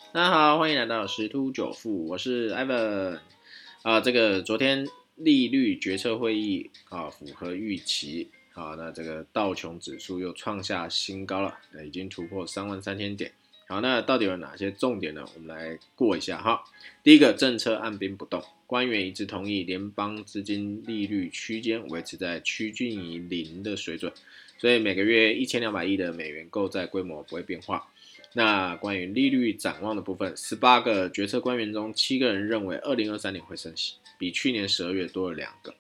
大家好，欢迎来到十突九富，我是 Ivan。这个昨天利率决策会议符合预期那这个道琼指数又创下新高了，已经突破33000点。好，那到底有哪些重点呢？我们来过一下哈。第一个，政策按兵不动，官员一致同意联邦资金利率区间维持在趋近于零的水准，所以每个月1200亿的美元购债规模不会变化。那关于利率展望的部分，18个决策官员中7个人认为2023年会升息，比去年12月多了2个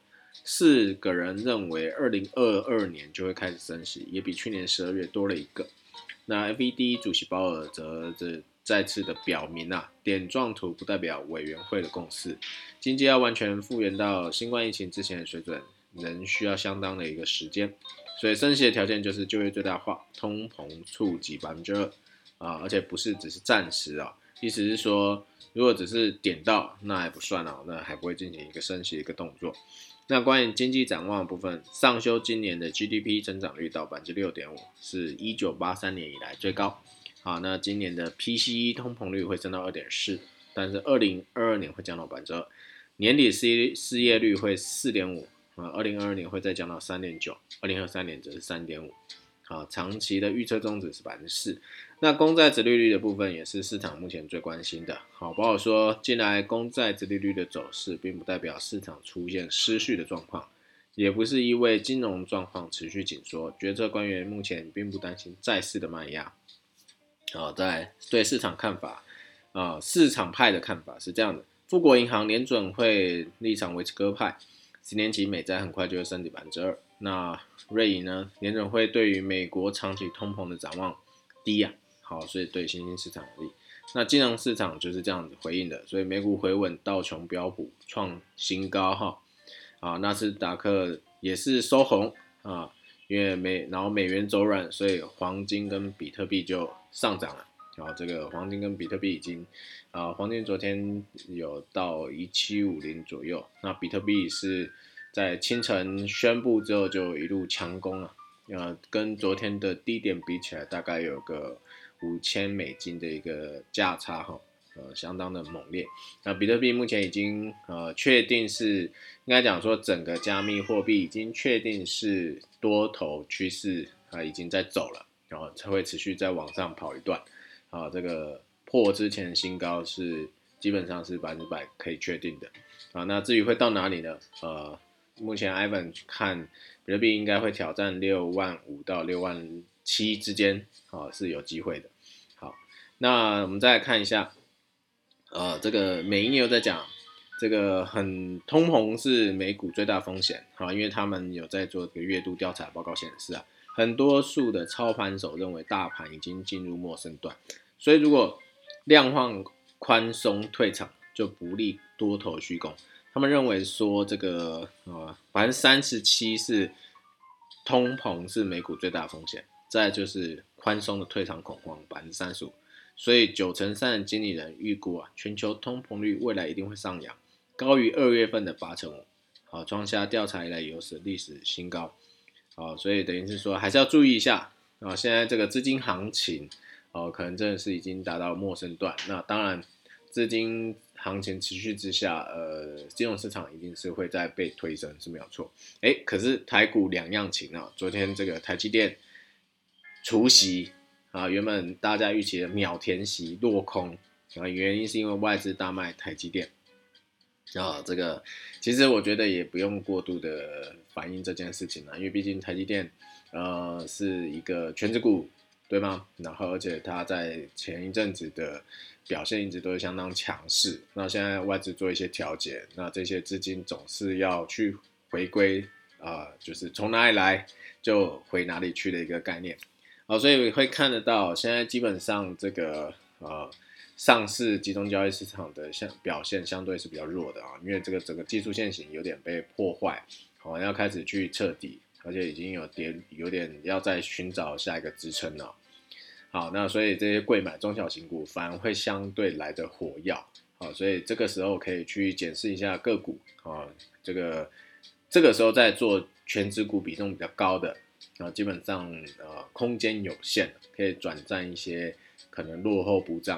；4个人认为2022年就会开始升息，也比去年12月多了1个。那 FED 主席鲍尔则再次的表明点状图不代表委员会的共识，经济要完全复原到新冠疫情之前的水准，仍需要相当的一个时间。所以升息的条件就是就业最大化，通膨触及2%。而且不是只是暂时意思是说，如果只是点到，那还不算那还不会进行一个升息的一个动作。那关于经济展望的部分，上修今年的 GDP 增长率到 6.5%， 是1983年以来最高。那今年的 PCE 通膨率会升到 2.4%， 但是2022年会降到 2%， 年底失业率会 4.5%， 2022年会再降到 3.9%， 2023年则是 3.5%。长期的预测中值是 4%。那公债殖利率的部分也是市场目前最关心的。鲍尔说，近来公债殖利率的走势并不代表市场出现失序的状况，也不是因为金融状况持续紧缩。决策官员目前并不担心债市的卖压。再来对市场看法，市场派的看法是这样的：富国银行联准会立场维持鸽派，10年期美债很快就会升抵 2%。那瑞银呢？联准会对于美国长期通膨的展望低好，所以对新兴市场有利。那金融市场就是这样子回应的，所以美股回稳，道琼标普创新高纳斯达克也是收红因为美元走软，所以黄金跟比特币就上涨了。这个黄金跟比特币已经黄金昨天有到1750左右，那比特币是在清晨宣布之后就一路强攻跟昨天的低点比起来，大概有个$5000的一个价差相当的猛烈。那比特币目前已经确定是应该讲说整个加密货币已经确定是多头趋势已经在走了，然后才会持续再往上跑一段这个破之前新高是基本上是100%可以确定的那至于会到哪里呢？目前 Ivan 看比特币应该会挑战65000到67000之间是有机会的。好，那我们再来看一下这个美银有在讲这个通膨是美股最大风险因为他们有在做这个月度调查报告显示很多数的操盘手认为大盘已经进入末升段，所以如果量化宽松退场，就不利多头虚攻。他们认为说这个37%是通膨是美股最大的风险，再来就是宽松的退场恐慌35%，所以93%的经理人预估全球通膨率未来一定会上扬，高于2月份的85%，创下调查以来有史历史新高。所以等于是说还是要注意一下现在这个资金行情可能真的是已经达到末升段。那当然，资金行情持续之下，金融市场一定是会再被推升，是没有错。可是台股两样情昨天这个台积电除息原本大家预期的秒填息落空原因是因为外资大卖台积电这个其实我觉得也不用过度的反映这件事情因为毕竟台积电是一个全指股对吗？然后而且它在前一阵子的表现一直都是相当强势，那现在外资做一些调节，那这些资金总是要去回归就是从哪里来就回哪里去的一个概念所以会看得到现在基本上这个上市集中交易市场的表现相对是比较弱的因为这个整个技术线型有点被破坏要开始去彻底，而且已经有点要再寻找下一个支撑了。好，那所以这些贵买中小型股反而会相对来的活跃所以这个时候可以去检视一下个股这个时候在做全指股比重比较高的基本上空间有限，可以转战一些可能落后补涨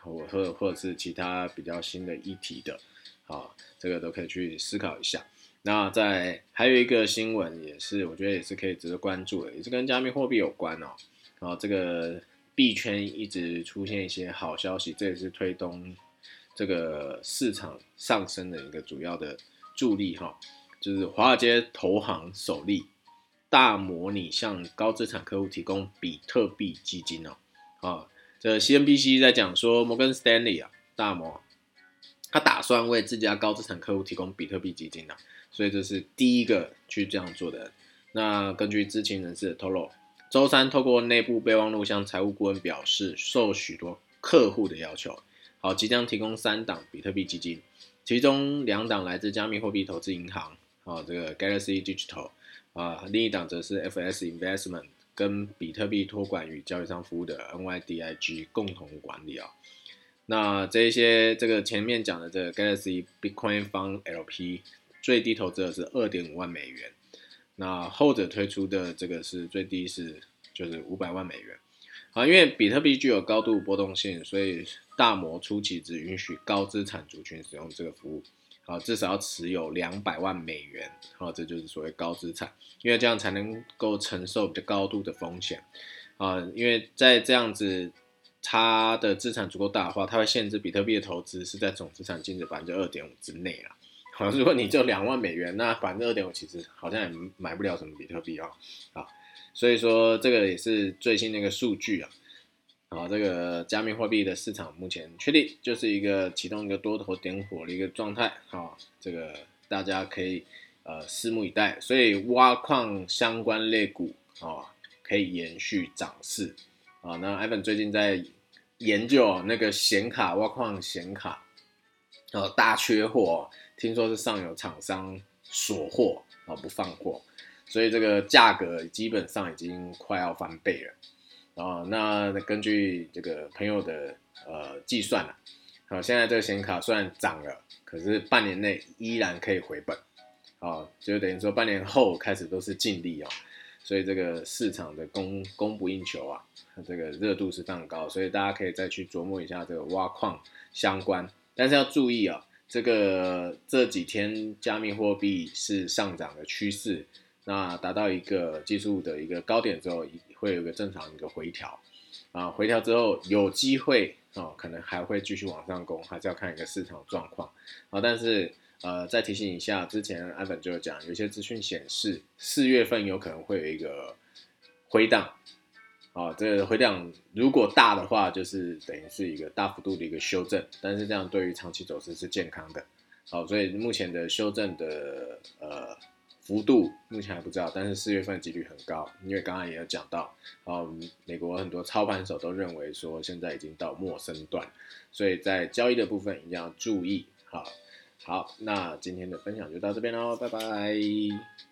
或者是其他比较新的议题的，这个都可以去思考一下。那还有一个新闻也是，我觉得也是可以值得关注的，也是跟加密货币有关哦。这个币圈一直出现一些好消息，这也是推动这个市场上升的一个主要的助力就是华尔街投行首例大摩拟向高资产客户提供比特币基金这 CNBC 在讲说摩根 Stanley 大摩他打算为自家高资产客户提供比特币基金所以这是第一个去这样做的人。那根据知情人士的透露，周三透过内部备忘录向财务顾问表示，受许多客户的要求，即将提供3档比特币基金，其中2档来自加密货币投资银行这个 Galaxy Digital 另一档则是 FS Investment 跟比特币托管与交易商服务的 NYDIG 共同管理那这个前面讲的这个 Galaxy Bitcoin Fund LP 最低投资额是2.5万美元，那后者推出的这个是最低就是500万美元因为比特币具有高度波动性，所以大摩初期只允许高资产族群使用这个服务至少要持有200万美元这就是所谓高资产，因为这样才能够承受比较高度的风险因为在这样子它的资产足够大的话，它会限制比特币的投资是在总资产净值 2.5% 之内啦如果你就2万美元，那 2.5% 其实好像也买不了什么比特币所以说这个也是最新的一个数据这个加密货币的市场目前确定就是一个启动一个多头点火的一个状态这个大家可以拭目以待。所以挖矿相关类股可以延续涨势那 Ivan 最近在研究那个显卡挖矿显卡大缺货听说是上游厂商锁货不放货，所以这个价格基本上已经快要翻倍了那根据这个朋友的计算现在这个显卡虽然涨了，可是半年内依然可以回本就等于说半年后开始都是净利所以这个市场的供不应求这个热度是非常高，所以大家可以再去琢磨一下这个挖矿相关，但是要注意这几天加密货币是上涨的趋势，那达到一个技术的一个高点之后，会有一个正常的一个回调回调之后有机会可能还会继续往上攻，还是要看一个市场状况但是再提醒一下，之前Ivan就有讲，有些资讯显示4月份有可能会有一个回档这个回档如果大的话，就是等于是一个大幅度的一个修正，但是这样对于长期走势是健康的所以目前的修正的幅度目前还不知道，但是4月份的几率很高，因为刚刚也有讲到美国很多操盘手都认为说现在已经到末升段，所以在交易的部分一定要注意好，那今天的分享就到这边咯，拜拜。